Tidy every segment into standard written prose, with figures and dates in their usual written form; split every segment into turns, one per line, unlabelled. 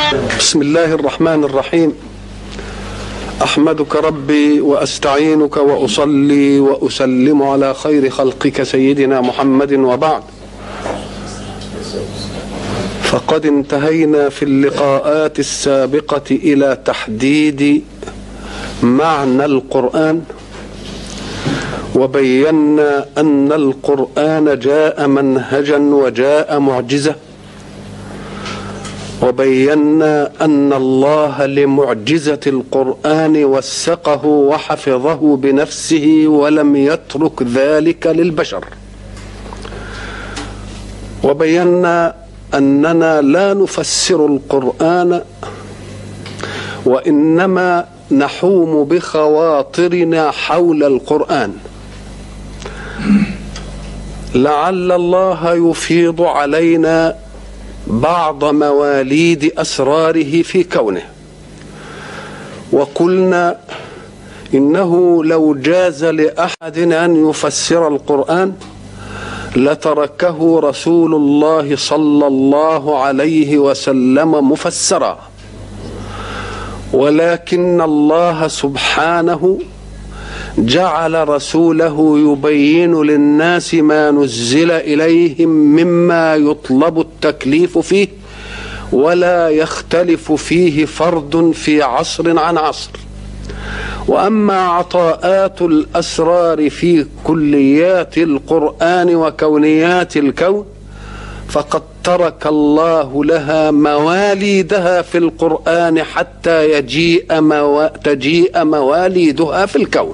بسم الله الرحمن الرحيم. أحمدك ربي وأستعينك وأصلي وأسلم على خير خلقك سيدنا محمد، وبعد، فقد انتهينا في اللقاءات السابقة إلى تحديد معنى القرآن، وبينا أن القرآن جاء منهجا وجاء معجزة، وبينا أن الله لمعجزة القرآن وثقه وحفظه بنفسه ولم يترك ذلك للبشر، وبينا أننا لا نفسر القرآن وإنما نحوم بخواطرنا حول القرآن، لعل الله يفيض علينا بعض مواليد أسراره في كونه. وقلنا إنه لو جاز لأحد أن يفسر القرآن لتركه رسول الله صلى الله عليه وسلم مفسرا، ولكن الله سبحانه جعل رسوله يبين للناس ما نزل إليهم مما يطلب التكليف فيه، ولا يختلف فيه فرد في عصر عن عصر. وأما عطاءات الأسرار في كليات القرآن وكونيات الكون فقد ترك الله لها مواليدها في القرآن حتى تجيء مواليدها في الكون.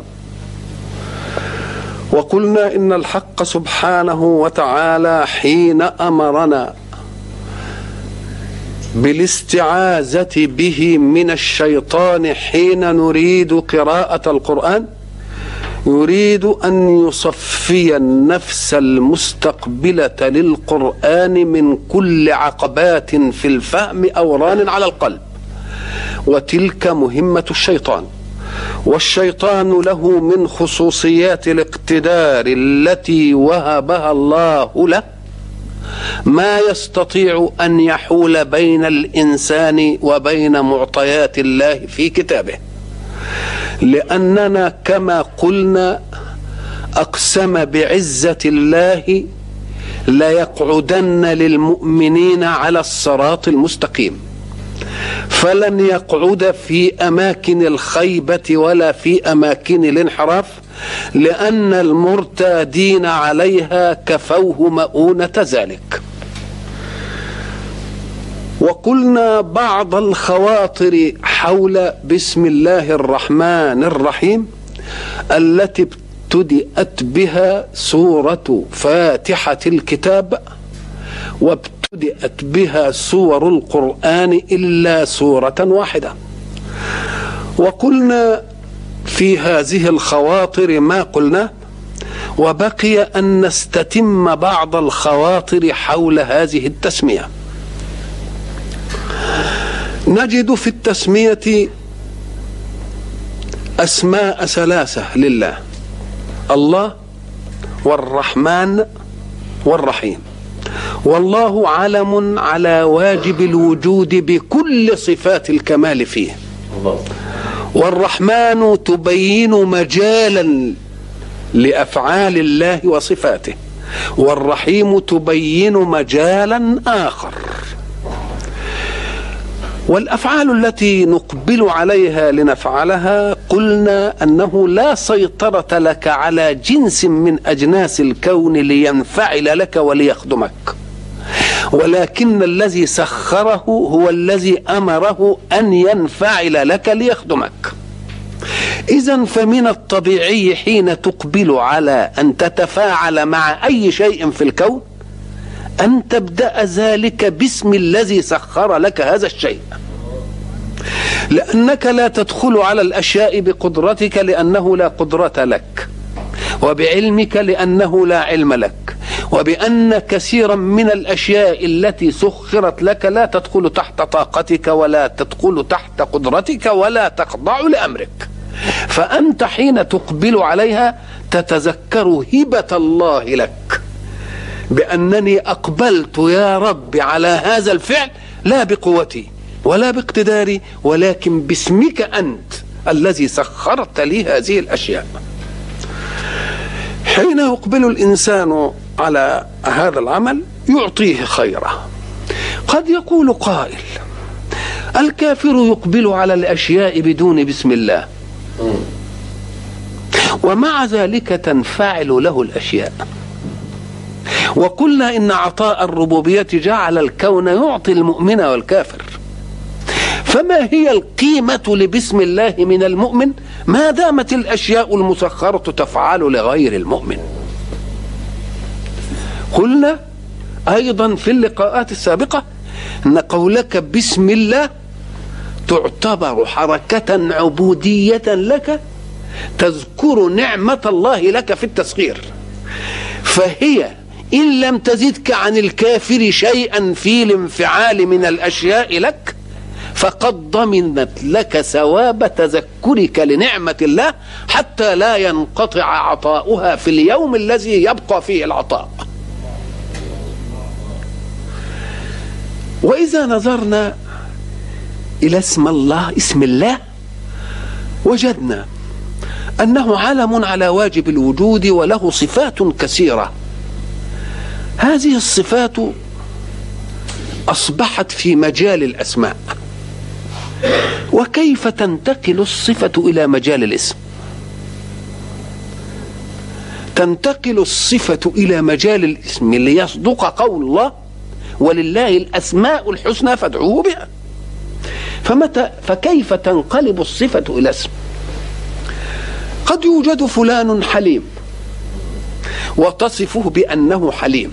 وقلنا إن الحق سبحانه وتعالى حين أمرنا بالاستعاذة به من الشيطان حين نريد قراءة القرآن يريد أن يصفي النفس المستقبلة للقرآن من كل عقبات في الفهم أو ران على القلب، وتلك مهمة الشيطان. والشيطان له من خصوصيات الاقتدار التي وهبها الله له ما يستطيع أن يحول بين الإنسان وبين معطيات الله في كتابه، لأننا كما قلنا أقسم بعزة الله ليقعدن للمؤمنين على الصراط المستقيم، فلن يقعد في أماكن الخيبة ولا في أماكن الانحراف، لأن المرتادين عليها كفوه مؤونة ذلك. وقلنا بعض الخواطر حول بسم الله الرحمن الرحيم التي ابتدأت بها سورة فاتحة الكتاب، وابتدأت بها سور القرآن إلا سورة واحدة. وقلنا في هذه الخواطر ما قلنا، وبقي أن نستتم بعض الخواطر حول هذه التسمية. نجد في التسمية أسماء ثلاثة لله: الله والرحمن والرحيم. والله علم على واجب الوجود بكل صفات الكمال فيه، والرحمن تبين مجالا لأفعال الله وصفاته، والرحيم تبين مجالا آخر. والأفعال التي نقبل عليها لنفعلها قلنا أنه لا سيطرة لك على جنس من أجناس الكون لينفعل لك وليخدمك، ولكن الذي سخره هو الذي أمره أن ينفعل لك ليخدمك. إذن فمن الطبيعي حين تقبل على أن تتفاعل مع أي شيء في الكون أن تبدأ ذلك باسم الذي سخر لك هذا الشيء، لأنك لا تدخل على الأشياء بقدرتك لأنه لا قدرة لك، وبعلمك لأنه لا علم لك، وبأن كثيرا من الأشياء التي سخرت لك لا تدخل تحت طاقتك ولا تدخل تحت قدرتك ولا تخضع لأمرك. فأنت حين تقبل عليها تتذكر هبة الله لك بأنني أقبلت يا رب على هذا الفعل لا بقوتي ولا باقتداري، ولكن باسمك أنت الذي سخرت لي هذه الأشياء. حين يقبل الإنسان على هذا العمل يعطيه خيره. قد يقول قائل: الكافر يقبل على الأشياء بدون بسم الله، ومع ذلك تنفعل له الأشياء. وقلنا إن عطاء الربوبية جعل الكون يعطي المؤمن والكافر، فما هي القيمة لبسم الله من المؤمن ما دامت الأشياء المسخرة تفعل لغير المؤمن؟ قلنا أيضا في اللقاءات السابقة أن قولك بسم الله تعتبر حركة عبودية لك تذكر نعمة الله لك في التسخير، فهي إن لم تزدك عن الكافر شيئا في الانفعال من الأشياء لك فقد ضمنت لك ثواب تذكرك لنعمة الله حتى لا ينقطع عطاؤها في اليوم الذي يبقى فيه العطاء. وإذا نظرنا إلى اسم الله وجدنا أنه علم على واجب الوجود وله صفات كثيرة. هذه الصفات أصبحت في مجال الأسماء. وكيف تنتقل الصفة إلى مجال الاسم؟ تنتقل الصفة إلى مجال الاسم ليصدق قول الله: ولله الأسماء الحسنى فادعوه بها. فكيف تنقلب الصفة إلى اسم؟ قد يوجد فلان حليم وتصفه بأنه حليم،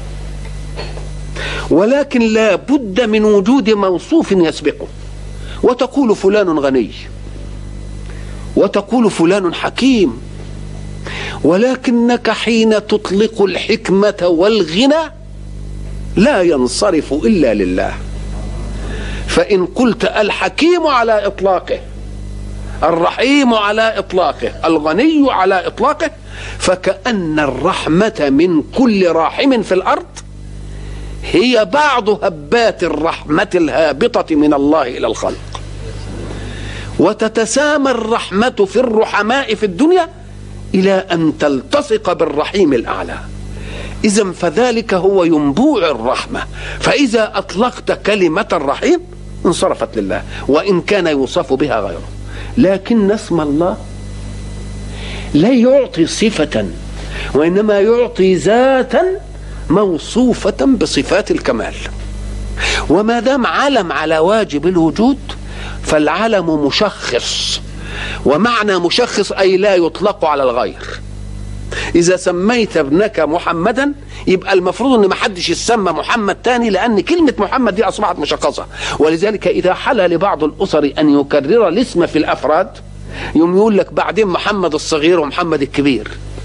ولكن لا بد من وجود موصوف يسبقه، وتقول فلان غني، وتقول فلان حكيم، ولكنك حين تطلق الحكمة والغنى لا ينصرف إلا لله. فإن قلت الحكيم على إطلاقه، الرحيم على إطلاقه، الغني على إطلاقه، فكأن الرحمة من كل راحم في الأرض هي بعض هبات الرحمة الهابطة من الله إلى الخلق، وتتسامى الرحمة في الرحماء في الدنيا إلى أن تلتصق بالرحيم الأعلى. إذن فذلك هو ينبوع الرحمة. فإذا أطلقت كلمة الرحيم انصرفت لله وإن كان يوصف بها غيره. لكن اسم الله لا يعطي صفة، وإنما يعطي ذاتا موصوفة بصفات الكمال. وما دام علم على واجب الوجود فالعلم مشخص، ومعنى مشخص أي لا يطلق على الغير. إذا سميت ابنك محمدا يبقى المفروض أن ما حدش يسمى محمد تاني، لأن كلمة محمد دي أصبحت مشخصة. ولذلك إذا حل لبعض الأسر أن يكرر الاسم في الأفراد يوم يقول لك بعدين محمد الصغير ومحمد الكبير،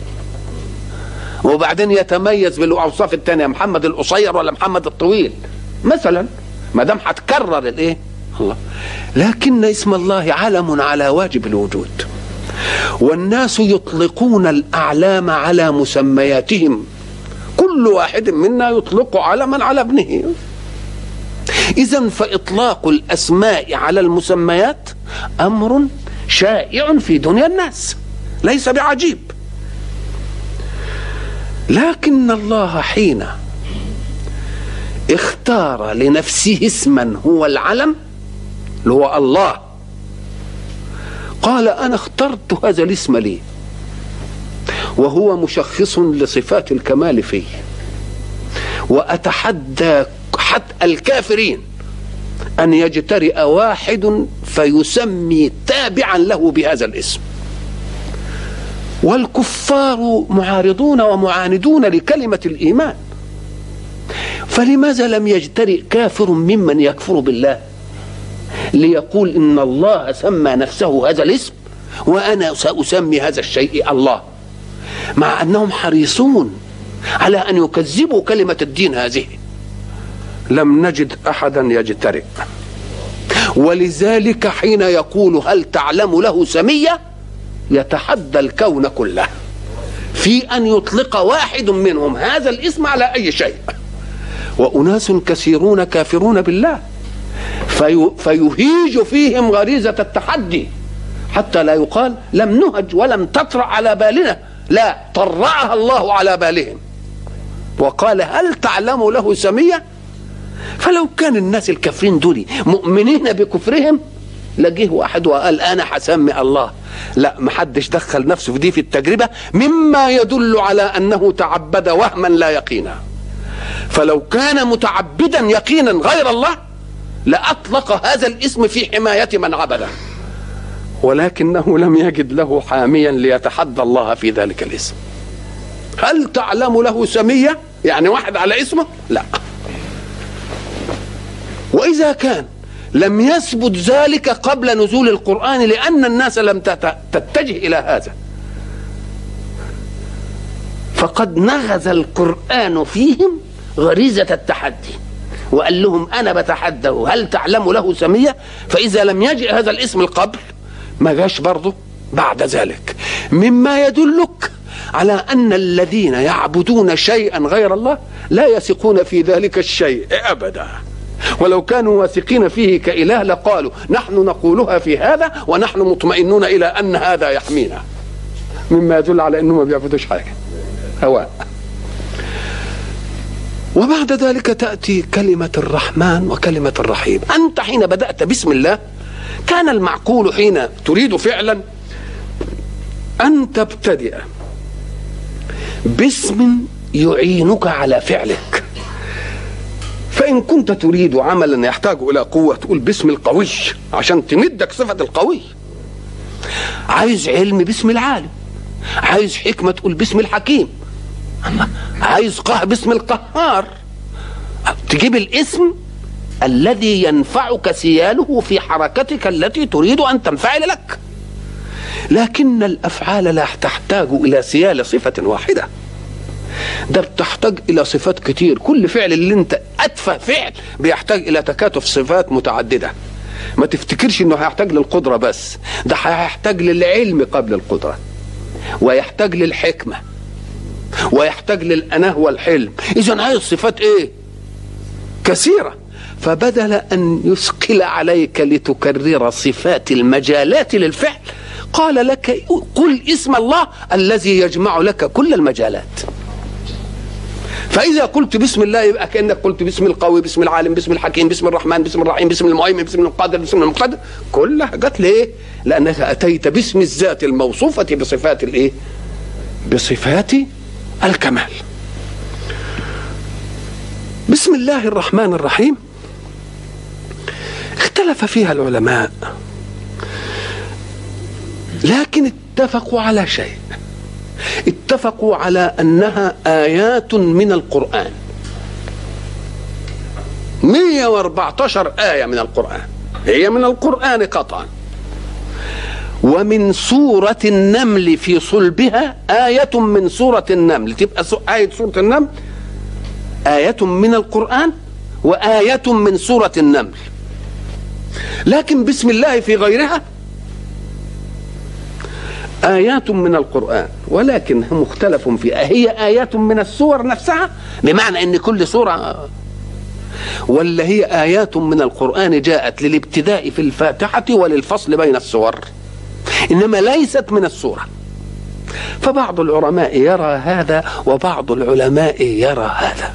وبعدين يتميز بالأوصاف التانية محمد القصير ولا محمد الطويل مثلا، ما دام هتكرر الايه الله. لكن اسم الله علم على واجب الوجود، والناس يطلقون الأعلام على مسمياتهم، كل واحد منا يطلق علما على ابنه. إذن فإطلاق الأسماء على المسميات أمر شائع في دنيا الناس ليس بعجيب. لكن الله حين اختار لنفسه اسما هو العلم اللي هو الله، قال أنا اخترت هذا الاسم لي، وهو مشخص لصفات الكمال فيه، وأتحدى حتى الكافرين أن يجترئ واحد فيسمي تابعا له بهذا الاسم. والكفار معارضون ومعاندون لكلمة الإيمان، فلماذا لم يجترئ كافر ممن يكفر بالله ليقول إن الله سمى نفسه هذا الاسم وأنا سأسمي هذا الشيء الله، مع أنهم حريصون على أن يكذبوا كلمة الدين هذه؟ لم نجد أحدا يجترئ. ولذلك حين يقول هل تعلم له سمية يتحدى الكون كله في أن يطلق واحد منهم هذا الاسم على أي شيء. وأناس كثيرون كافرون بالله فيهيج فيهم غريزة التحدي، حتى لا يقال لم نهج ولم تطرأ على بالنا، لا، طرعها الله على بالهم وقال هل تعلم له سمية. فلو كان الناس الكافرين دول مؤمنين بكفرهم لجيه واحد وقال انا هسمي الله، لا، محدش دخل نفسه في دي في التجربة، مما يدل على انه تعبد وهما لا يقينا. فلو كان متعبدا يقينا غير الله لأطلق هذا الاسم في حماية من عبده، ولكنه لم يجد له حاميا ليتحدى الله في ذلك الاسم. هل تعلم له سمية؟ يعني واحد على اسمه؟ لا. وإذا كان لم يثبت ذلك قبل نزول القرآن لأن الناس لم تتجه إلى هذا، فقد نغز القرآن فيهم غريزة التحدي وقال لهم أنا بتحدى هل تعلم له سمية. فإذا لم يجئ هذا الاسم القبل ما جاش برضه بعد ذلك، مما يدلك على أن الذين يعبدون شيئا غير الله لا يثقون في ذلك الشيء أبدا، ولو كانوا واثقين فيه كإله لقالوا نحن نقولها في هذا ونحن مطمئنون إلى أن هذا يحمينا، مما يدل على أنهم ما بيعبدوش حاجة، هواء. وبعد ذلك تأتي كلمة الرحمن وكلمة الرحيم. أنت حين بدأت بسم الله كان المعقول حين تريد فعلا أن تبتدئ باسم يعينك على فعلك. فإن كنت تريد عملا يحتاج إلى قوة تقول باسم القوي عشان تمدك صفة القوي، عايز علم باسم العالم، عايز حكمة تقول باسم الحكيم، عايز قهر باسم القهار. تجيب الاسم الذي ينفعك سياله في حركتك التي تريد أن تنفعل لك. لكن الأفعال لا تحتاج إلى سيال صفة واحدة، ده بتحتاج إلى صفات كتير. كل فعل اللي انت أتفه فعل بيحتاج إلى تكاتف صفات متعددة. ما تفتكرش انه هيحتاج للقدرة بس، ده هيحتاج للعلم قبل القدرة، ويحتاج للحكمة، ويحتاج للأناه والحلم. إذن هذه الصفات إيه؟ كثيرة. فبدل أن يثقل عليك لتكرر صفات المجالات للفعل قال لك قل اسم الله الذي يجمع لك كل المجالات. فإذا قلت بسم الله يبقى كأنك قلت باسم القوي، باسم العالم، باسم الحكيم، باسم الرحمن، باسم الرحيم، باسم المؤمن، باسم القادر، باسم المقتدر، كلها جت ليه؟ لأنك أتيت باسم الذات الموصوفة بصفات الإيه؟ بصفات الكمال. بسم الله الرحمن الرحيم اختلف فيها العلماء، لكن اتفقوا على شيء، اتفقوا على أنها آيات من القرآن، 114 آية من القرآن، هي من القرآن قطعا. ومن سورة النمل في صلبها آية من سورة النمل، تبقى آية سورة النمل آية من القرآن وآية من سورة النمل. لكن بسم الله في غيرها آيات من القرآن، ولكن مختلف في هي آيات من السور نفسها بمعنى أن كل سورة، ولا هي آيات من القرآن جاءت للابتداء في الفاتحة وللفصل بين السور، إنما ليست من السورة. فبعض العلماء يرى هذا وبعض العلماء يرى هذا،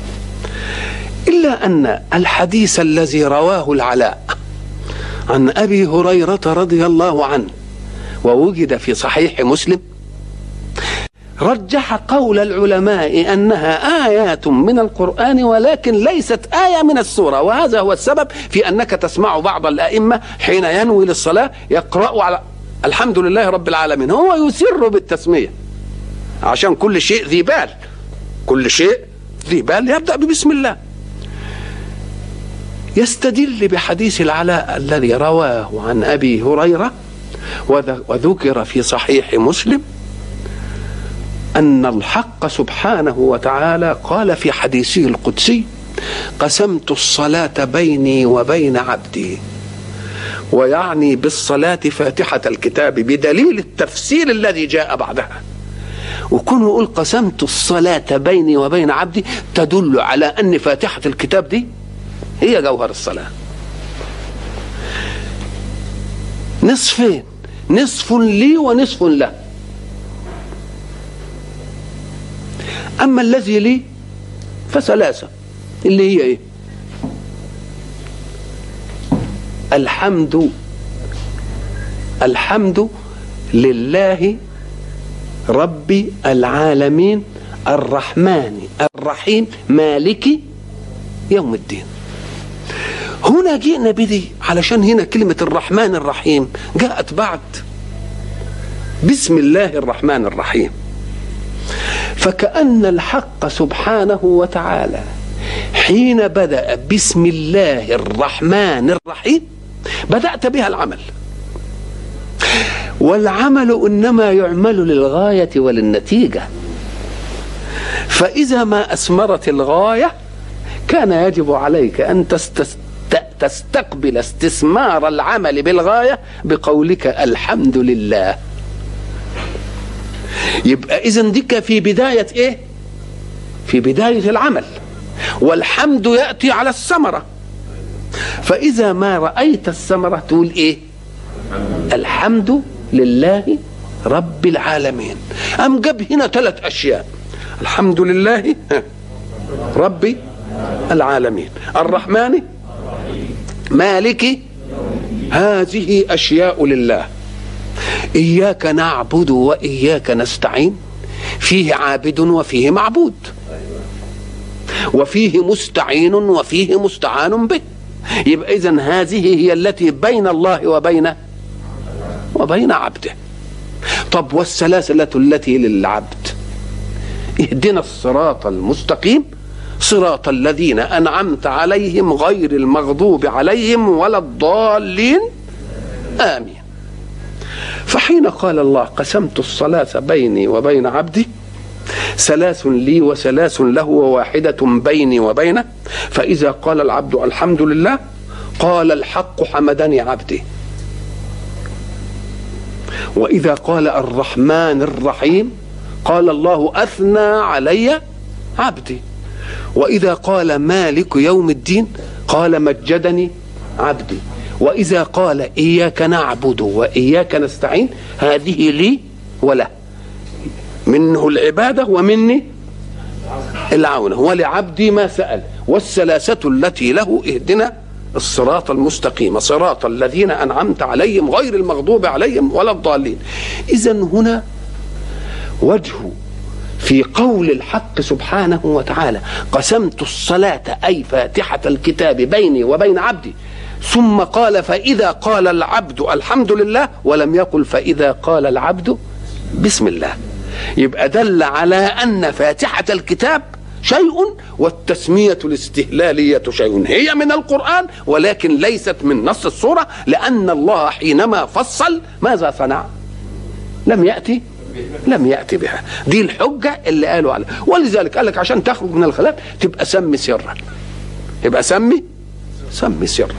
إلا أن الحديث الذي رواه العلاء عن أبي هريرة رضي الله عنه ووجد في صحيح مسلم رجح قول العلماء أنها آيات من القرآن ولكن ليست آية من السورة. وهذا هو السبب في أنك تسمع بعض الأئمة حين ينوي للصلاة يقرأ على الحمد لله رب العالمين، هو يسر بالتسمية عشان كل شيء ذي بال، كل شيء ذي بال يبدأ ببسم الله. يستدل بحديث العلاء الذي رواه عن أبي هريرة وذكر في صحيح مسلم أن الحق سبحانه وتعالى قال في حديثه القدسي قسمت الصلاة بيني وبين عبدي، ويعني بالصلاة فاتحة الكتاب بدليل التفسير الذي جاء بعدها. وكون يقول قسمت الصلاة بيني وبين عبدي تدل على أن فاتحة الكتاب دي هي جوهر الصلاة، نصفين، نصف لي ونصف له. أما الذي لي فثلاثة، اللي هي إيه؟ الحمد لله رب العالمين الرحمن الرحيم مالك يوم الدين. هنا جئنا بدي علشان هنا كلمة الرحمن الرحيم جاءت بعد بسم الله الرحمن الرحيم، فكأن الحق سبحانه وتعالى حين بدأ بسم الله الرحمن الرحيم بدأت بها العمل، والعمل إنما يعمل للغاية وللنتيجة، فإذا ما أثمرت الغاية كان يجب عليك أن تستقبل استثمار العمل بالغاية بقولك الحمد لله. يبقى إذن ديك في بداية إيه؟ في بداية العمل، والحمد يأتي على الثمرة، فإذا ما رأيت الثمرة تقول إيه؟ الحمد لله رب العالمين. أم جاب هنا 3 أشياء: الحمد لله رب العالمين، الرحمن، مالك. هذه أشياء لله. إياك نعبد وإياك نستعين، فيه عابد وفيه معبود، وفيه مستعين وفيه مستعان به. يبقى إذن هذه هي التي بين الله وبين عبده. طب والسلاسل التي للعبد: اهدنا الصراط المستقيم صراط الذين أنعمت عليهم غير المغضوب عليهم ولا الضالين آمين. فحين قال الله قسمت الصلاة بيني وبين عبدي 3 لي و3 له وواحدة بيني وبينه، فإذا قال العبد الحمد لله قال الحق حمدني عبدي، وإذا قال الرحمن الرحيم قال الله أثنى علي عبدي، وإذا قال مالك يوم الدين قال مجدني عبدي، وإذا قال إياك نعبد وإياك نستعين هذه لي وله، منه العبادة ومني العونة، ولعبدي ما سأل، والثلاثة التي له اهدنا الصراط المستقيم صراط الذين أنعمت عليهم غير المغضوب عليهم ولا الضالين. إذن هنا وجه في قول الحق سبحانه وتعالى قسمت الصلاة أي فاتحة الكتاب بيني وبين عبدي، ثم قال فإذا قال العبد الحمد لله، ولم يقل فإذا قال العبد بسم الله. يبقى دل على أن فاتحة الكتاب شيء والتسمية الاستهلالية شيء، هي من القرآن ولكن ليست من نص السورة، لأن الله حينما فصل ماذا صنع؟ لم يأتي بها. دي الحجة اللي قالوا عليها، ولذلك قال لك عشان تخرج من الخلاف تبقى سمي سرا، يبقى سمي سرا.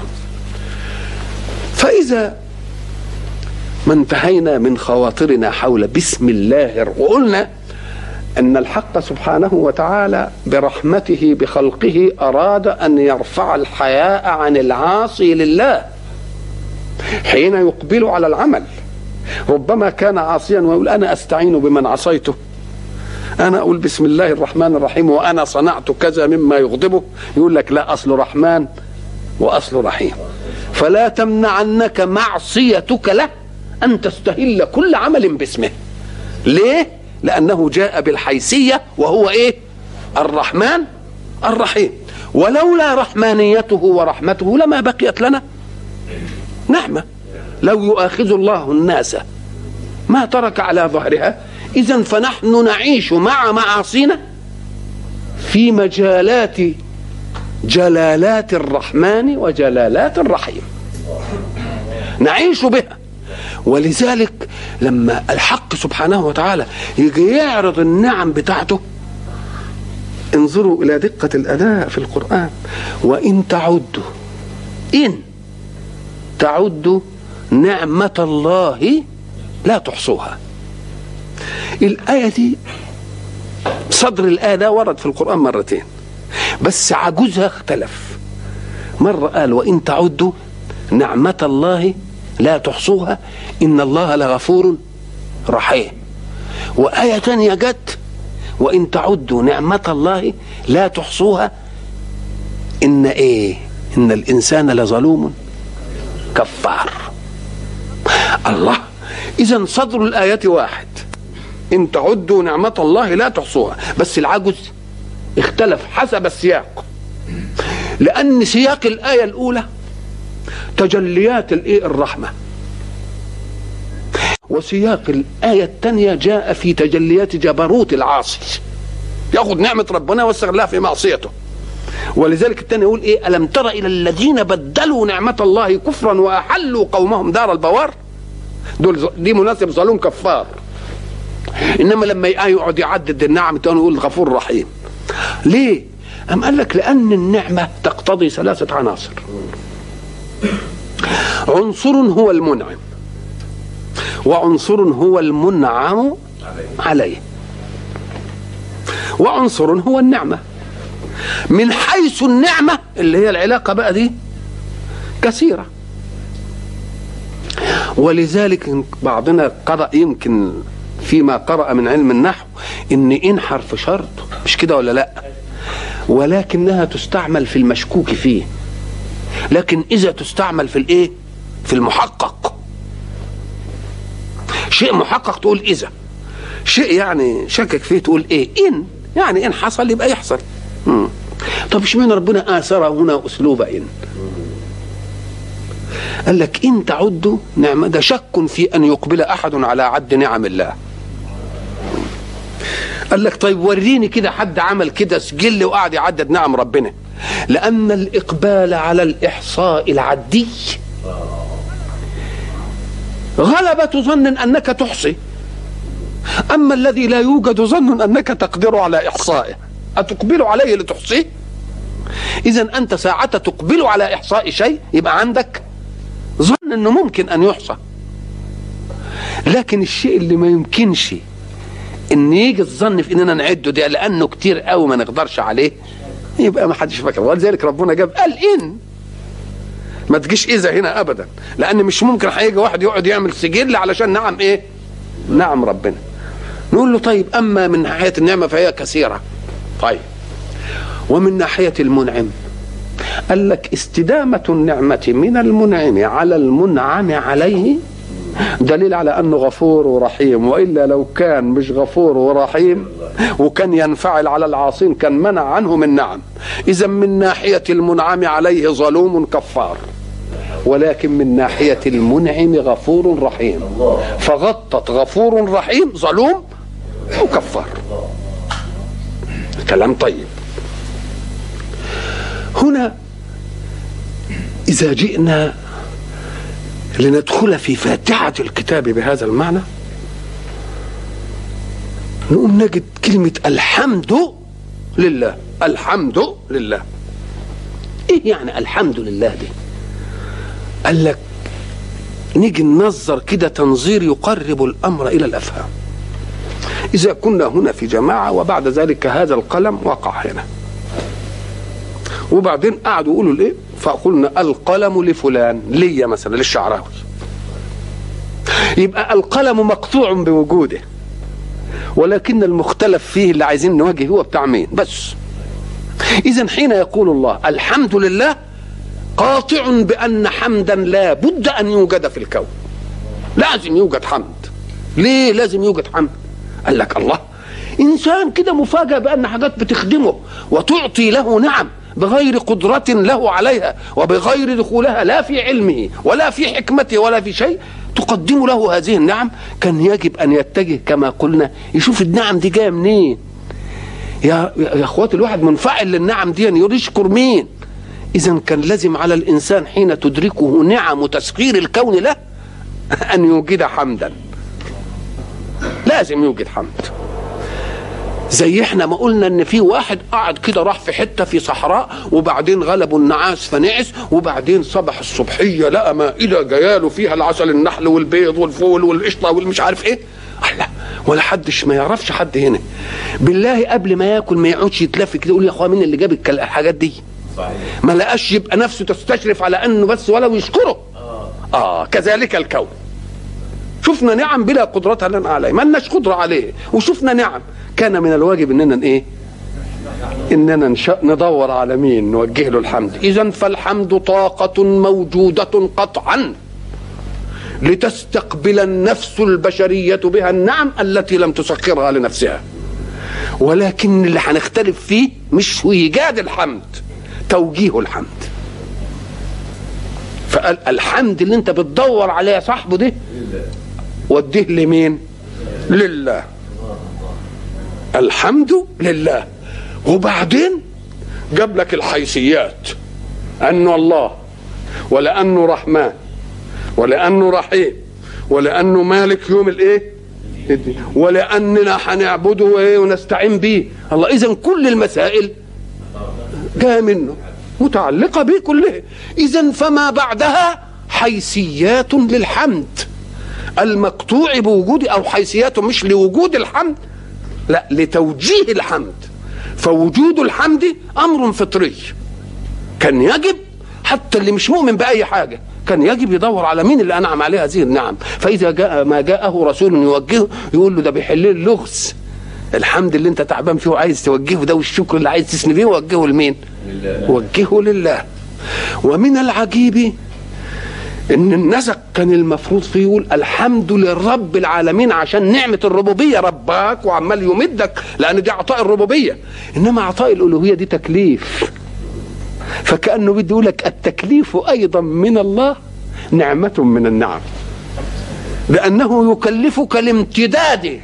فإذا ما انتهينا من خواطرنا حول بسم الله وقلنا أن الحق سبحانه وتعالى برحمته بخلقه أراد أن يرفع الحياء عن العاصي لله حين يقبل على العمل. ربما كان عاصيا ويقول أنا أستعين بمن عصيته، أنا أقول بسم الله الرحمن الرحيم وأنا صنعت كذا مما يغضبه، يقول لك لا، أصل رحمن وأصل رحيم، فلا تمنعنك معصيتك له أن تستهل كل عمل باسمه. ليه؟ لأنه جاء بالحيثية وهو إيه؟ الرحمن الرحيم، ولولا رحمانيته ورحمته لما بقيت لنا نعمة. لو يؤاخذ الله الناس ما ترك على ظهرها، إذن فنحن نعيش مع معاصينا في مجالات جلالات الرحمن وجلالات الرحيم نعيش بها. ولذلك لما الحق سبحانه وتعالى يجي يعرض النعم بتاعته، انظروا إلى دقة الأداء في القرآن: وإن تعدوا نعمة الله لا تحصوها. الآية دي صدر الآية ده ورد في القرآن مرتين، بس عجوزها اختلف. مرة قال وإن تعدوا نعمة الله لا تحصوها إن الله لغفور رحيم. وآية تانية جت وإن تعدوا نعمة الله لا تحصوها إن إن الإنسان لظلوم كفار. الله، إذن صدر الآية واحد، إن تعدوا نعمة الله لا تحصوها، بس العجز اختلف حسب السياق، لأن سياق الآية الأولى تجليات الرحمة، وسياق الآية الثانية جاء في تجليات جبروت العاصي، يأخذ نعمة ربنا ويستغلها في معصيته. ولذلك الثاني يقول ألم تر إلى الذين بدلوا نعمة الله كفرا وأحلوا قومهم دار البوار. دي مناسب ظلوم كفار. إنما لما يقعد يعدد النعم تاني يقول غفور رحيم. ليه؟ أم قال لك لأن النعمة تقتضي 3 عناصر. عنصر هو المنعم، وعنصر هو المنعم عليه، وعنصر هو النعمة. من حيث النعمة اللي هي العلاقة بقى دي كثيرة، ولذلك بعضنا قرأ يمكن فيما قرأ من علم النحو إن حرف شرط، مش كده ولا لا؟ ولكنها تستعمل في المشكوك فيه، لكن إذا تستعمل في في المحقق. شيء محقق تقول إذا، شيء يعني شكك فيه تقول إن، يعني إن حصل يبقى يحصل. طب اشمعنى ربنا آثر هنا أسلوب إن؟ قال لك إن تعدوا نعمة، ده شك في أن يقبل أحد على عد نعم الله. قال لك طيب وريني كده حد عمل كده سجل وقعد يعدد نعم ربنا. لأن الإقبال على الإحصاء العدي غلبة ظن أنك تحصي، أما الذي لا يوجد ظن أنك تقدر على إحصائه، أتقبل عليه لتحصيه؟ إذن أنت ساعة تقبل على إحصاء شيء يبقى عندك ظن أنه ممكن أن يحصى. لكن الشيء اللي ما يمكنش ان يجي الظن في اننا نعده ده لانه كتير قوي ما نقدرش عليه، يبقى ما حدش فاكر. ولذلك ربنا قال ان، ما تجيش اذا هنا ابدا، لان مش ممكن هيجي واحد يقعد يعمل سجل علشان نعم نعم ربنا. نقول له طيب اما من ناحيه النعمه فهي كثيره. طيب ومن ناحيه المنعم قال لك استدامه النعمه من المنعم على المنعم عليه دليل على أنه غفور ورحيم، وإلا لو كان مش غفور ورحيم وكان ينفعل على العاصين كان منع عنهم النعم. إذا من ناحية المنعم عليه ظلوم كفار، ولكن من ناحية المنعم غفور رحيم، فغطت غفور رحيم ظلوم وكفار. كلام طيب. هنا إذا جئنا لندخل في فاتحة الكتاب بهذا المعنى نقوم نجد كلمة الحمد لله. الحمد لله ايه يعني الحمد لله دي؟ قال لك نيجي ننظر كده تنظير يقرب الأمر إلى الأفهام. إذا كنا هنا في جماعة وبعد ذلك هذا القلم وقع هنا، وبعدين قعدوا يقولوا فقلنا القلم لفلان، ليا مثلا للشعراوي، يبقى القلم مقطوع بوجوده، ولكن المختلف فيه اللي عايزين نواجه هو بتاع مين بس. إذن حين يقول الله الحمد لله قاطع بأن حمدا لا بد أن يوجد في الكون، لازم يوجد حمد. ليه لازم يوجد حمد؟ قال لك الله، إنسان كده مفاجأ بأن حاجات بتخدمه وتعطي له نعم بغير قدرة له عليها وبغير دخولها لا في علمه ولا في حكمته ولا في شيء تقدم له هذه النعم، كان يجب أن يتجه كما قلنا يشوف النعم دي جايه منين. يا اخواتي الواحد منفعل للنعم دي يشكر مين؟ إذن كان لازم على الإنسان حين تدركه نعم تسخير الكون له أن يوجد حمدا، لازم يوجد حمد. زي احنا ما قلنا ان في واحد قعد كده راح في حته في صحراء وبعدين غلبوا النعاس فنعس، وبعدين صبح الصبحيه لقى مائده جاياله فيها العسل النحل والبيض والفول والقشطه والمش عارف ايه. لا ولا حدش ما يعرفش حد هنا بالله قبل ما ياكل ما يقعدش يتلف كده يقول يا اخويا مين اللي جاب الحاجات دي؟ ما لقاش يبقى نفسه تستشرف على انه بس ولو يشكره. كذلك الكون. شفنا نعم بلا قدرة لنا عليه، ما لناش قدرة عليه، وشفنا نعم كان من الواجب اننا ايه؟ اننا ندور على مين نوجه له الحمد. اذا فالحمد طاقة موجودة قطعا لتستقبل النفس البشرية بها النعم التي لم تسخرها لنفسها. ولكن اللي هنختلف فيه مش ايجاد الحمد، توجيه الحمد. فقال الحمد اللي انت بتدور عليه يا صاحبه ده وديه لمين؟ لله. الحمد لله. وبعدين جاب لك الحيثيات، انه الله، ولانه رحمن، ولانه رحيم، ولانه مالك يوم الايه؟ ولاننا هنعبده وايه ونستعين به. الله. اذا كل المسائل جايه منه متعلقه به كلها. اذا فما بعدها حيثيات للحمد المقطوع بوجود، او حيثيات مش لوجود الحمد، لا لتوجيه الحمد. فوجود الحمد امر فطري كان يجب، حتى اللي مش مؤمن باي حاجه كان يجب يدور على مين اللي انعم عليه هذه النعم. فاذا جاء ما جاءه رسول يوجهه يقول له ده بيحل اللغز، الحمد اللي انت تعبان فيه وعايز توجهه ده، والشكر اللي عايز تثني بيه وجهه لمين؟ وجهه لله. ومن العجيب ان النسق كان المفروض فيه يقول الحمد للرب العالمين، عشان نعمه الربوبيه رباك وعمال يمدك، لان دي عطاء الربوبيه. انما عطاء الالوهيه دي تكليف، فكانه بده يقول لك التكليف ايضا من الله نعمه من النعم، لانه يكلفك لامتداد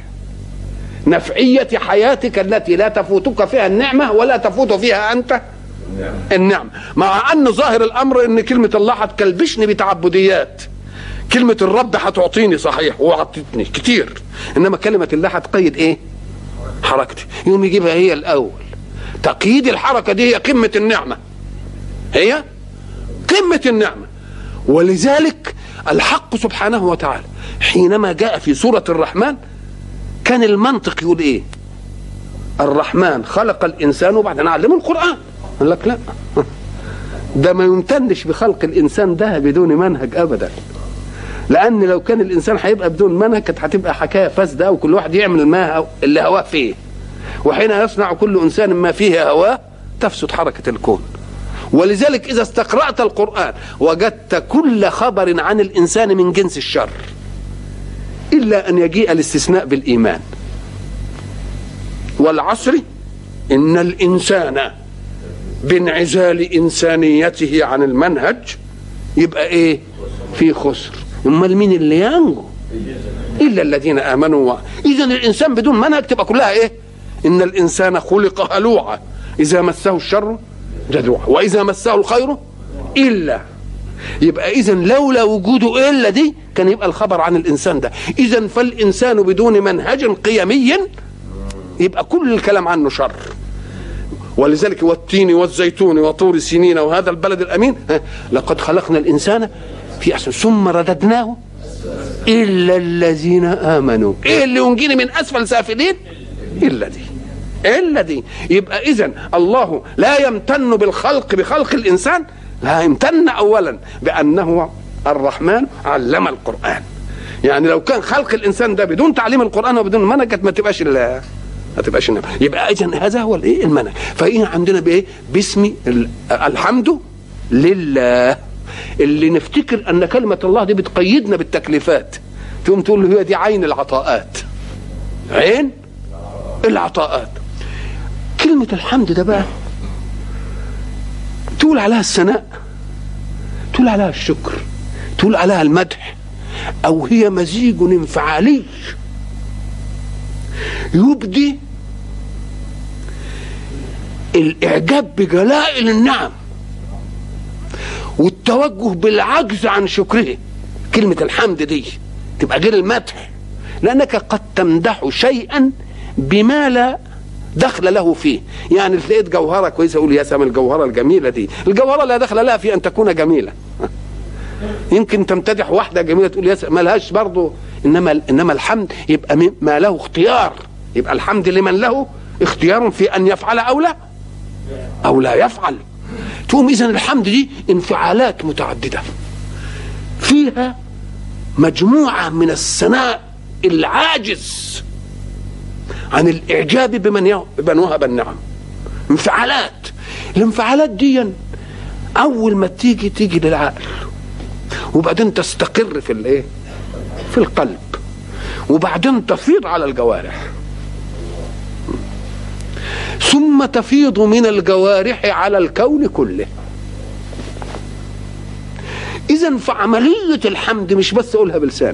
نفعيه حياتك التي لا تفوتك فيها النعمه ولا تفوت فيها انت النعم. مع ان ظاهر الامر ان كلمه الله هتكلبشني بتعبديات، كلمه الرب هتعطيني صحيح وعطتني كتير، انما كلمه الله هتقيد ايه؟ حركتي. يوم يجيبها هي الاول. تقييد الحركه دي هي قمه النعمه، هي قمه النعمه. ولذلك الحق سبحانه وتعالى حينما جاء في سوره الرحمن كان المنطق يقول ايه؟ الرحمن خلق الانسان وبعدين علمه القران. قال لك لا، ده ما يمتنش بخلق الانسان ده بدون منهج ابدا، لان لو كان الانسان هيبقى بدون منهج كانت هتبقى حكايه فاسده، وكل واحد يعمل ما اللي هواه فيه. وحين يصنع كل انسان ما فيه هواه تفسد حركه الكون. ولذلك اذا استقرأت القرآن وجدت كل خبر عن الانسان من جنس الشر، الا ان يجيء الاستثناء بالايمان. والعصر ان الانسان بانعزال انسانيته عن المنهج يبقى ايه؟ في خسر. امال مين اللي ينجو؟ الا الذين امنوا. اذا الانسان بدون منهج تبقى كلها ايه؟ ان الانسان خلق هلوعا اذا مسه الشر جزوعا واذا مسه الخير الا. يبقى اذا لولا وجوده الا دي كان يبقى الخبر عن الانسان ده. اذا فالانسان بدون منهج قيمي يبقى كل الكلام عنه شر. ولذلك والتين والزيتون وطور سينين وهذا البلد الامين لقد خلقنا الانسان في احسن ثم رددناه الا الذين امنوا. ايه اللي ينجيني من اسفل سافلين؟ الا دي. يبقى اذا الله لا يمتن بالخلق بخلق الانسان، لا يمتن اولا بانه الرحمن علم القران. يعني لو كان خلق الانسان ده بدون تعليم القران وبدون منهج ما تبقاش النعمة. يبقى اذا هذا هو الايه؟ المنهج. فايه عندنا بايه؟ باسم الحمد لله. اللي نفتكر ان كلمه الله دي بتقيدنا بالتكليفات، تقوم تقول له هي دي عين العطاءات، عين العطاءات. كلمه الحمد ده بقى تقول عليها الثناء، تقول عليها الشكر، تقول عليها المدح، او هي مزيج انفعالي يبدي الاعجاب بجلائل النعم والتوجه بالعجز عن شكره. كلمة الحمد دي تبقى غير المدح، لأنك قد تمدح شيئا بما لا دخل له فيه. يعني لقيت جوهرة كويسة أقول يا سلام الجوهرة الجميلة دي. الجوهرة لا دخل لها في أن تكون جميلة. يمكن تمتدح واحدة جميلة تقول يا سلام ملهاش برضه. إنما الحمد يبقى ما له اختيار. يبقى الحمد لمن له اختيار في أن يفعل أو لا يفعل. تقوم إذن الحمد دي انفعالات متعددة. فيها مجموعة من الثناء العاجز عن الإعجاب بمن وهب النعم. انفعالات، الانفعالات دي أول ما تيجي للعقل، وبعدين تستقر في الايه؟ في القلب، وبعدين تفيض على الجوارح، ثم تفيض من الجوارح على الكون كله. إذن فعملية الحمد مش بس أقولها بلساني،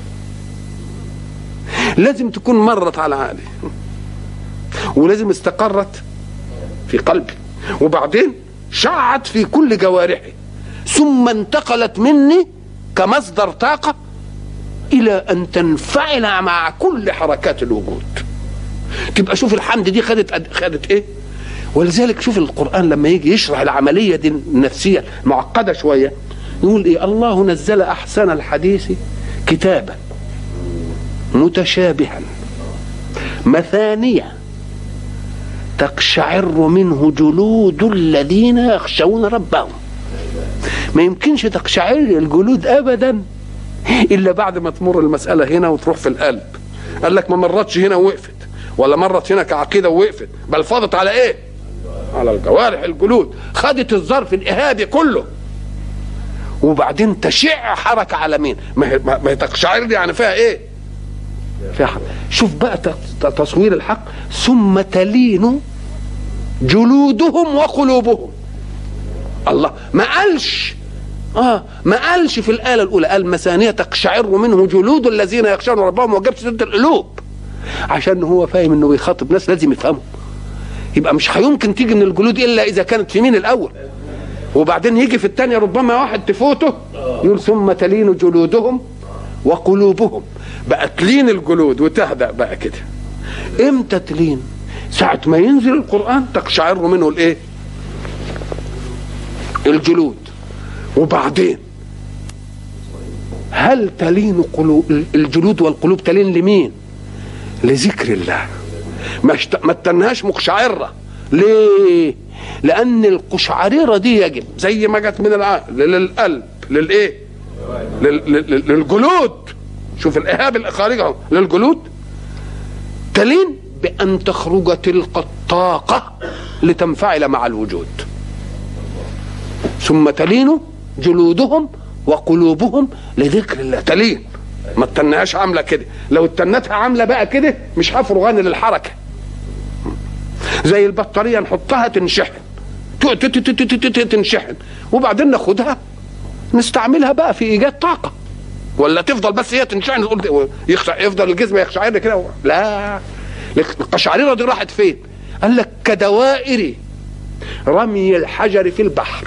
لازم تكون مرت على عقلي، ولازم استقرت في قلبي، وبعدين شعت في كل جوارحي، ثم انتقلت مني كمصدر طاقة إلى أن تنفعل مع كل حركات الوجود. تبقى شوف الحمد دي خدت إيه؟ ولذلك شوف القرآن لما يجي يشرح العملية دي النفسية معقدة شوية، يقول إيه؟ الله نزل أحسن الحديث كتابا متشابها مثانية تقشعر منه جلود الذين يخشون ربهم. ما يمكنش تقشعر الجلود أبدا إلا بعد ما تمر المسألة هنا وتروح في القلب. قال لك ما مرتش هنا ووقفت، ولا مرت هنا كعقيدة ووقفت، بل فاضت على إيه؟ على الجوارح، الجلود، خدت الظرف الإهابي كله، وبعدين تشع حركة على مين؟ ما هي تقشعر دي يعني فيها إيه؟ فيها حق. شوف بقى تصوير الحق، ثم تلين جلودهم وقلوبهم. الله ما قالش في الآية الأولى قال مثانية تقشعر منه جلود الذين يخشون ربهم، وجاب سيرة القلوب عشان هو فاهم انه بيخاطب ناس لازم يفهموا. يبقى مش هيمكن تيجي من الجلود الا اذا كانت في مين الاول، وبعدين يجي في الثانية ربما واحد تفوته يقول ثم تلين جلودهم وقلوبهم. بقى تلين الجلود وتهدأ بقى كده. امتى تلين؟ ساعة ما ينزل القرآن تقشعر منه الايه؟ الجلود. وبعدين هل تلين الجلود والقلوب تلين لمين؟ لذكر الله. ما تنهاش مقشعرة. ليه؟ لأن القشعريرة دي يجب زي ما جت من العقل للقلب للإيه؟ للجلود. شوف الإهاب الخارجة للجلود، تلين بأن تخرج تلك الطاقة لتنفعل مع الوجود. ثم تلين جلودهم وقلوبهم لذكر الله. تلين، ما تنهاش عاملة كده. لو تنتها عاملة بقى كده مش هفرغان للحركة. زي البطارية نحطها تنشحن تنشحن، وبعدين ناخدها نستعملها بقى في إيجاد طاقة، ولا تفضل بس هي تنشحن يفضل الجسم يقشعر كده؟ لا، القشعريرة دي راحت فين؟ قال لك كدوائر رمي الحجر في البحر.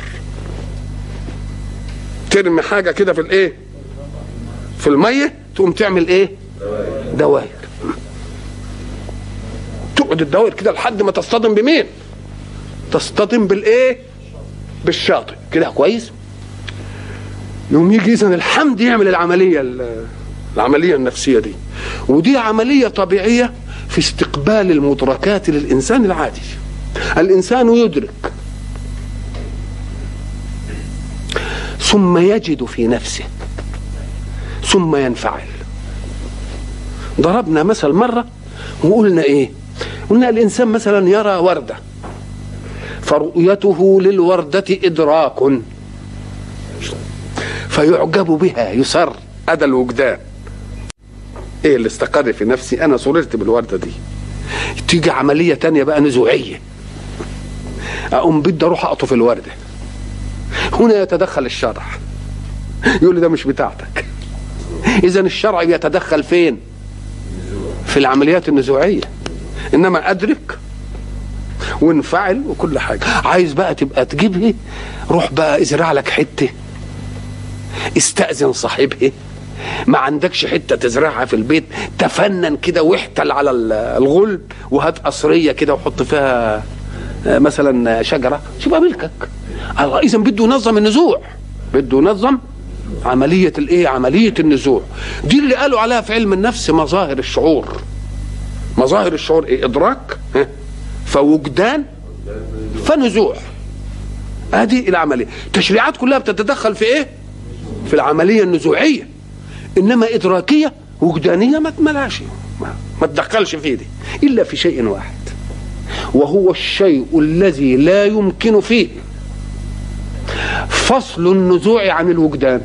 ترمي حاجة كده في الايه؟ في المية، تقوم تعمل ايه؟ دوائر. تقعد الدوائر كده لحد ما تصطدم بمين؟ تصطدم بالايه؟ بالشاطئ كده. كويس؟ يوم يجي إذن الحمد يعمل العملية النفسية دي، ودي عملية طبيعية في استقبال المدركات للإنسان العادي. الإنسان يدرك ثم يجد في نفسه ثم ينفعل. ضربنا مثل مرة وقلنا ايه؟ قلنا الإنسان مثلا يرى وردة، فرؤيته للوردة إدراك، فيعجب بها، يسر، هذا الوجدان. ايه اللي استقر في نفسي؟ انا سررت بالوردة دي. تيجي عملية تانية بقى نزوعية، اقوم بدي اروح اقطف الوردة. هنا يتدخل الشرع، يقول لي ده مش بتاعتك. اذا الشرع يتدخل فين؟ في العمليات النزوعية. انما ادرك وانفعل وكل حاجة. عايز بقى تبقى تجيبه، روح بقى ازرع لك حتة، استأذن صاحبه. ما عندكش حتة تزرعها في البيت، تفنن كده واحتل على الغلب، وهات قصرية كده وحط فيها مثلا شجرة، تبقى ملكك. الله إذن بده ينظم النزوع، بده ينظم عملية الايه؟ عملية النزوع. دي اللي قالوا عليها في علم النفس مظاهر الشعور. مظاهر الشعور ايه؟ ادراك، فوجدان، فنزوع. ادي العملية. التشريعات كلها بتتدخل في ايه؟ في العملية النزوعية، إنما إدراكية وجدانية ما تملاش، ما تدخلش فيه دي إلا في شيء واحد، وهو الشيء الذي لا يمكن فيه فصل النزوع عن الوجدان.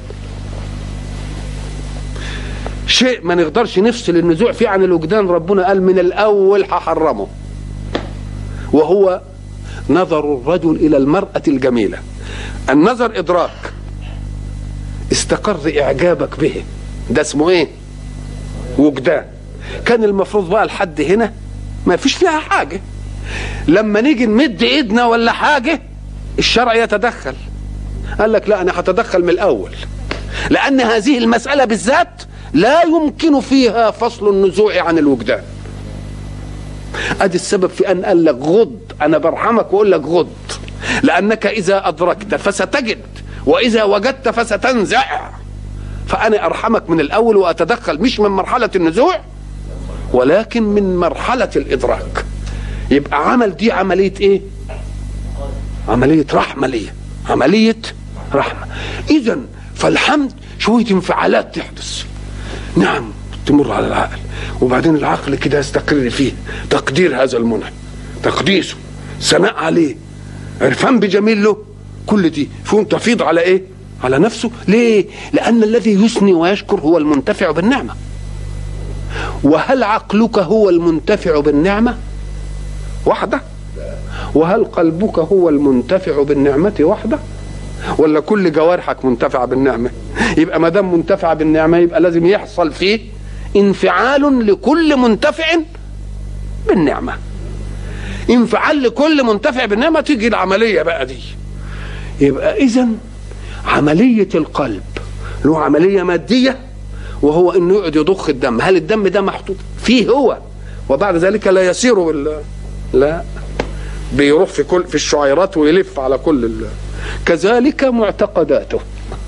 شيء ما نقدرش نفصل النزوع فيه عن الوجدان، ربنا قال من الأول هحرمه، وهو نظر الرجل إلى المرأة الجميلة. النظر إدراك، استقر إعجابك به، ده اسمه إيه؟ وجدان. كان المفروض بقى لحد هنا ما فيش فيها حاجة، لما نيجي نمد إيدنا ولا حاجة الشرع يتدخل. قال لك لا، أنا هتدخل من الأول، لأن هذه المسألة بالذات لا يمكن فيها فصل النزوع عن الوجدان. ادي السبب في ان قال لك غض، انا برحمك واقول لك غض، لانك اذا ادركت فستجد، واذا وجدت فستنزع. فانا ارحمك من الاول واتدخل، مش من مرحله النزوع ولكن من مرحله الادراك. يبقى عمل دي عمليه ايه؟ عمليه رحمه ليه، عمليه رحمه. اذا فالحمد شويه انفعالات تحدث، نعم، تمر على العقل، وبعدين العقل كده يستقر فيه تقدير هذا المنعم، تقديسه، ثناء عليه، عرفان بجميل له، كل دي فيهم تفيض على ايه؟ على نفسه. ليه؟ لأن الذي يثني ويشكر هو المنتفع بالنعمة. وهل عقلك هو المنتفع بالنعمة وحده؟ وهل قلبك هو المنتفع بالنعمة وحده؟ ولا كل جوارحك منتفعة بالنعمة؟ يبقى ما دام منتفعة بالنعمة يبقى لازم يحصل فيه انفعال لكل منتفع بالنعمة. انفعال لكل منتفع بالنعمة تيجي العملية بقى دي. يبقى إذن عملية القلب له عملية مادية، وهو إنه يقعد يضخ الدم. هل الدم ده محطوط فيه هو وبعد ذلك لا يسير لا، بيروح في الشعيرات ويلف على كل كذلك معتقداته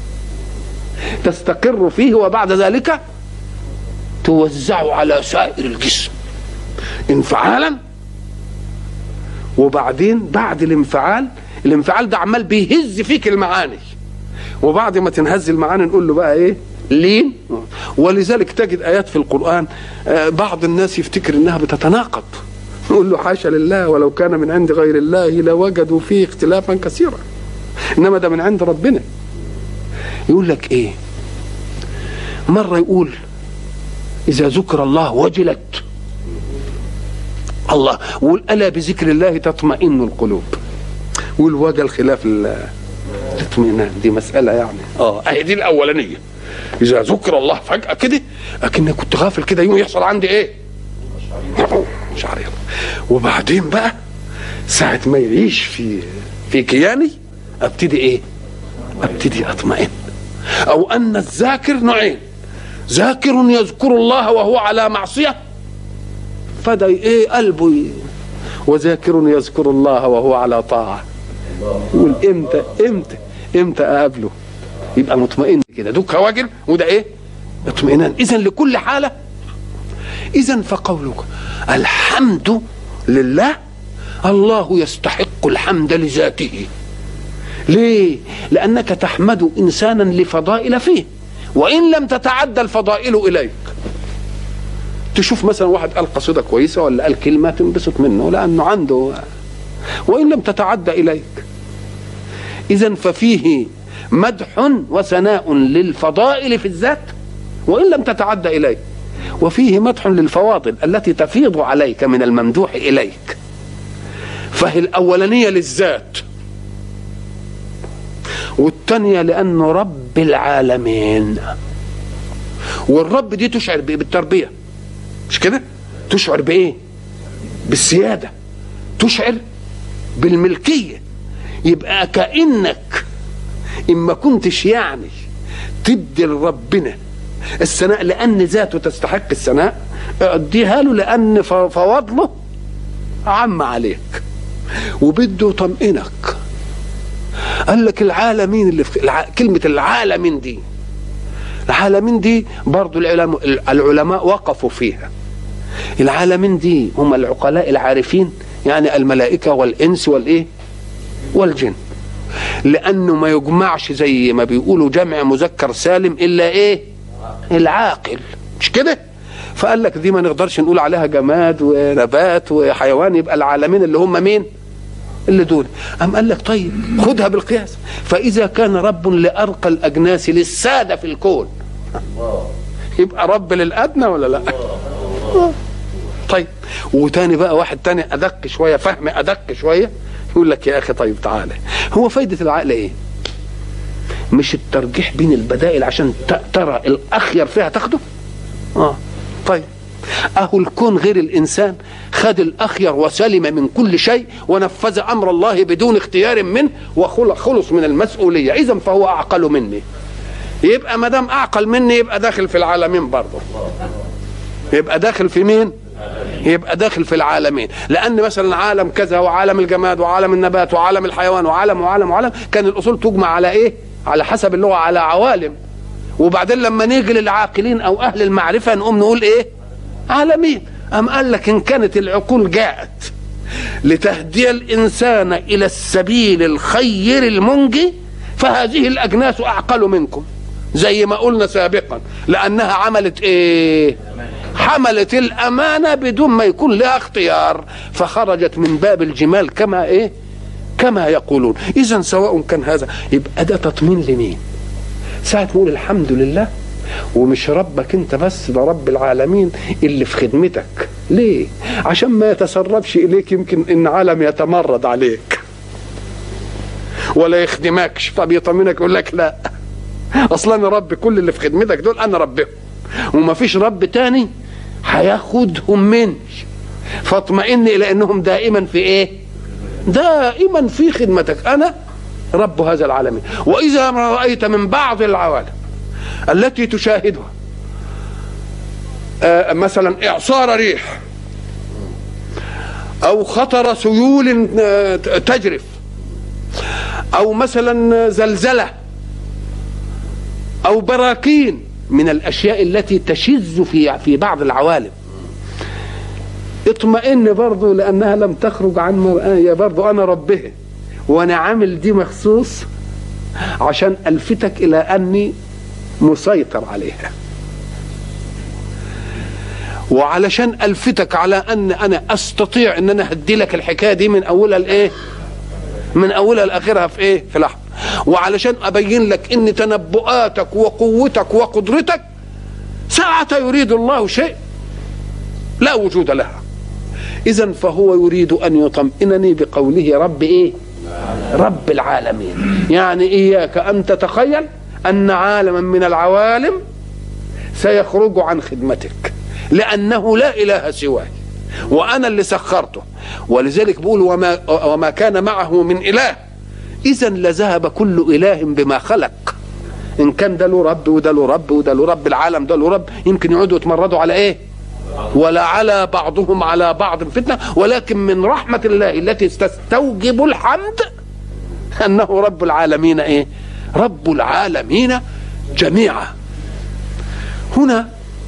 تستقر فيه وبعد ذلك توزع على سائر الجسم انفعالا. وبعدين بعد الانفعال ده عمال بيهز فيك المعاني، وبعد ما تنهز المعاني نقول له بقى ايه؟ لين. ولذلك تجد ايات في القرآن بعض الناس يفتكر انها بتتناقض، نقول له حاشا لله، ولو كان من عند غير الله لوجدوا فيه اختلافا كثيرا، انما ده من عند ربنا. يقول لك ايه؟ مرة يقول اذا ذكر الله وجلت الله، ويقول الا بذكر الله تطمئن القلوب، والوجل خلاف الاطمئنان، دي مسألة يعني اهي دي الاولانية. اذا ذكر الله فجأة كده اكني كنت غافل كده، يوم يحصل عندي ايه؟ شعري. وبعدين بقى ساعة ما يعيش في كياني ابتدي ايه؟ ابتدي اطمئن. او ان الذاكر نوعين، ذاكر يذكر الله وهو على معصية فده ايه؟ قلبه وذاكر يذكر الله وهو على طاعة. يقول امتى اقابله؟ يبقى مطمئن كده، دوك واجل وده ايه؟ اطمئنان. اذا لكل حالة. اذا فقولك الحمد لله، الله يستحق الحمد لذاته. ليه؟ لأنك تحمد إنسانا لفضائل فيه، وإن لم تتعدى الفضائل إليك. تشوف مثلا واحد قال قصيدة كويسة ولا قال كلمة تنبسط منه لأنه عنده، وإن لم تتعدى إليك. إذن ففيه مدح وثناء للفضائل في الذات وإن لم تتعدى إليك، وفيه مدح للفواضل التي تفيض عليك من الممدوح إليك. فهي الأولانية للذات، والثانية لأنه رب العالمين. والرب دي تشعر بالتربية، مش كده؟ تشعر بإيه؟ بالسيادة، تشعر بالملكية. يبقى كأنك إما كنتش يعني تبدي لربنا الثناء لأن ذاته تستحق الثناء، اديها له لأن فواضله عم عليك وبده يطمئنك. قال لك العالمين اللي في كلمة العالمين دي برضو العلماء وقفوا فيها. العالمين دي هم العقلاء العارفين، يعني الملائكة والإنس والإيه والجن، لانه ما يجمعش زي ما بيقولوا جمع مذكر سالم الا ايه؟ العاقل، مش كده؟ فقال لك دي ما نقدرش نقول عليها جماد ونبات وحيوان، يبقى العالمين اللي هم مين؟ اللي دول. قام قال لك طيب خدها بالقياس، فاذا كان رب لارقى الاجناس للساده في الكون يبقى رب للادنى ولا لا؟ طيب وتاني بقى واحد تاني ادق شويه، فهم ادق شويه، يقول لك يا اخي طيب تعالى، هو فايده العقل ايه؟ مش الترجيح بين البدائل عشان ترى الاخير فيها تاخده؟ طيب اهو الكون غير الانسان خد الاخير وسلم من كل شيء ونفذ امر الله بدون اختيار منه وخلص من المسؤوليه، اذا فهو اعقل مني. يبقى ما دام اعقل مني يبقى داخل في العالمين برضه. يبقى داخل في مين؟ يبقى داخل في العالمين، لان مثلا عالم كذا وعالم الجماد وعالم النبات وعالم الحيوان وعالم كان الاصول تجمع على ايه؟ على حسب اللغه على عوالم. وبعدين لما نيجي للعاقلين او اهل المعرفه نقوم نقول ايه؟ عالمين. أم قال لك إن كانت العقول جاءت لتهدي الإنسان إلى السبيل الخير المنجي فهذه الأجناس أعقل منكم، زي ما قلنا سابقا، لأنها عملت إيه؟ حملت الأمانة بدون ما يكون لها اختيار، فخرجت من باب الجمال كما إيه؟ كما يقولون. إذن سواء كان هذا، يبقى ده تطمين لمين؟ ساعة نقول الحمد لله ومش ربك انت بس، ده رب العالمين اللي في خدمتك. ليه؟ عشان ما يتسربش اليك يمكن ان عالم يتمرد عليك ولا يخدمكش، طب يطمنك يقول لك لا اصلا انا رب كل اللي في خدمتك دول انا ربهم وما فيش رب تاني هياخدهم مني، فاطمئن الى انهم دائما في ايه؟ دائما في خدمتك، انا رب هذا العالمين. واذا ما رايت من بعض العوالم التي تشاهدها مثلا اعصار ريح او خطر سيول تجرف او مثلا زلزله او براكين من الاشياء التي تشذ في بعض العوالم، اطمئن برضو لانها لم تخرج عن مرآية، برضو انا ربها وانا عامل دي مخصوص عشان الفتك الى اني مسيطر عليها، وعلشان الفتك على ان انا استطيع ان انا هدي لك الحكايه دي من اولها لايه؟ من اولها لاخرها في ايه؟ في لحظه، وعلشان ابين لك ان تنبؤاتك وقوتك وقدرتك ساعة يريد الله شيء لا وجود لها. اذا فهو يريد ان يطمئنني بقوله رب ايه؟ رب العالمين. يعني اياك ان تتخيل ان عالما من العوالم سيخرج عن خدمتك، لانه لا اله سواي وانا اللي سخرته. ولذلك بقول وما كان معه من اله، اذا لذهب كل اله بما خلق. ان كان ده له رب وده له رب وده له رب، العالم ده له رب، يمكن يقعدوا يتمردوا على ايه؟ ولا على بعضهم على بعض فتنه. ولكن من رحمه الله التي تستوجب الحمد انه رب العالمين ايه؟ رب العالمين جميعا. هنا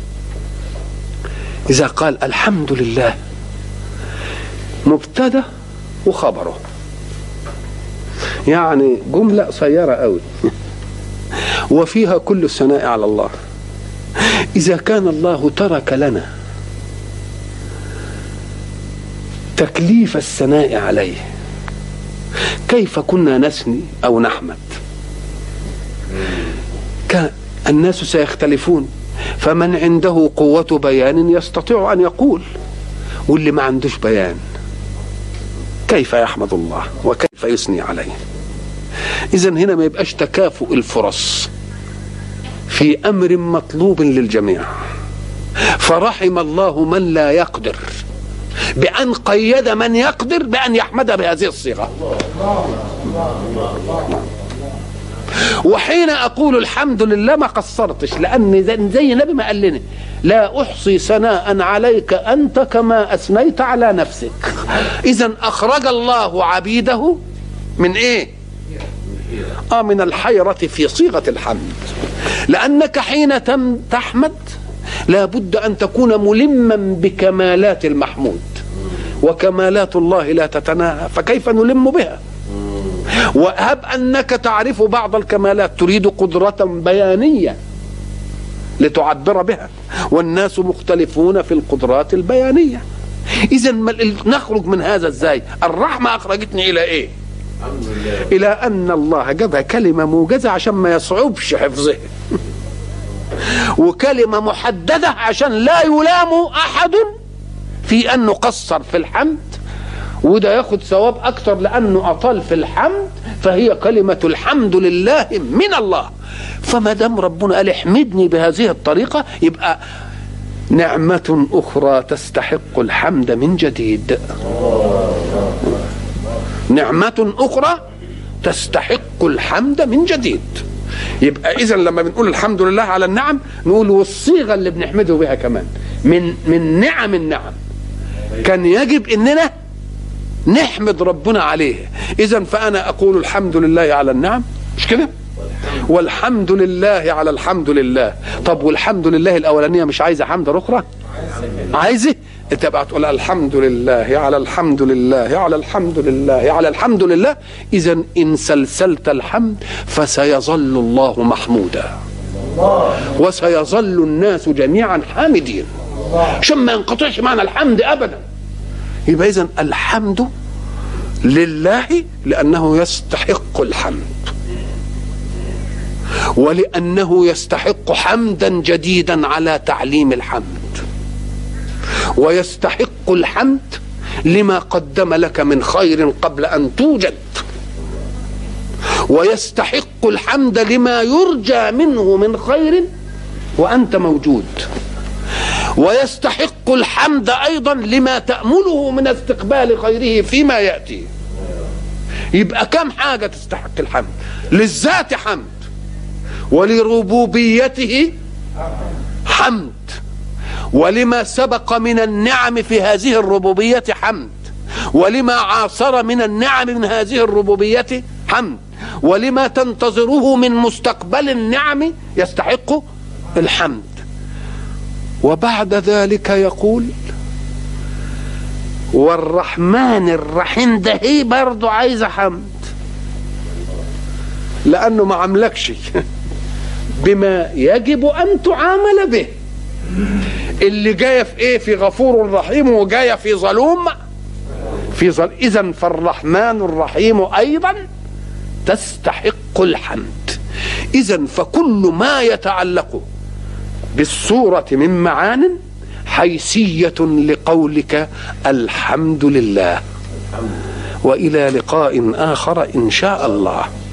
إذا قال الحمد لله مبتدأ وخبره، يعني جملة قصيرة قوي وفيها كل الثناء على الله. إذا كان الله ترك لنا تكليف الثناء عليه، كيف كنا نثني أو نحمد؟ الناس سيختلفون، فمن عنده قوة بيان يستطيع أن يقول، واللي ما عندوش بيان كيف يحمد الله وكيف يثني عليه؟ إذن هنا ما يبقاش تكافؤ الفرص في أمر مطلوب للجميع، فرحم الله من لا يقدر بأن قيد من يقدر بأن يحمد بهذه الصيغة. وحين أقول الحمد لله ما قصرتش، لأن زي النبي ما قال لنا لا أحصي ثناء عليك أنت كما أثنيت على نفسك. إذن أخرج الله عبيده من إيه؟ من الحيرة في صيغة الحمد، لأنك حين تحمد لا بد أن تكون ملما بكمالات المحمود، وكمالات الله لا تتناهى، فكيف نلم بها؟ وهب أنك تعرف بعض الكمالات تريد قدرة بيانية لتعبر بها، والناس مختلفون في القدرات البيانية. إذا نخرج من هذا ازاي؟ الرحمة أخرجتني إلى إيه؟ إلى أن الله جابها كلمة موجزة عشان ما يصعبش حفظها، وكلمة محددة عشان لا يلام أحد في أنه قصر في الحمد، وده ياخد ثواب أكتر لأنه أطال في الحمد، فهي كلمة الحمد لله من الله. فما دام ربنا قال احمدني بهذه الطريقة، يبقى نعمة أخرى تستحق الحمد من جديد. نعمة أخرى تستحق الحمد من جديد. يبقى إذن لما بنقول الحمد لله على النعم، نقول والصيغة اللي بنحمده بها كمان من نعم النعم، كان يجب إننا نحمد ربنا عليه. إذن فأنا أقول الحمد لله على النعم، مش كده؟ والحمد لله على الحمد لله. طب والحمد لله الأولانية مش عايزة حمد أخرى؟ عايزة؟ انت بقى تقول الحمد لله على الحمد لله على الحمد لله على الحمد لله. إذا إن سلسلت الحمد فسيظل الله محمودا، وسيظل الناس جميعا حامدين، عشان ما ينقطعش معنى الحمد أبدا. يبقى إذن الحمد لله لأنه يستحق الحمد، ولأنه يستحق حمدا جديدا على تعليم الحمد، ويستحق الحمد لما قدم لك من خير قبل أن توجد، ويستحق الحمد لما يرجى منه من خير وأنت موجود، ويستحق الحمد أيضا لما تأمله من استقبال خيره فيما يأتي. يبقى كم حاجة تستحق الحمد؟ للذات حمد، ولربوبيته حمد، ولما سبق من النعم في هذه الربوبية حمد، ولما عاصر من النعم من هذه الربوبية حمد، ولما تنتظره من مستقبل النعم يستحق الحمد. وبعد ذلك يقول والرحمن الرحيم، ده هي برضو عايزة حمد، لأنه ما عملكش بما يجب أن تعامل به. اللي جاية في إيه؟ في غفور رحيم، وجاية في ظلوم إذن فالرحمن الرحيم أيضا تستحق الحمد. إذن فكل ما يتعلق بالصورة من معان حيثية لقولك الحمد لله. وإلى لقاء آخر إن شاء الله.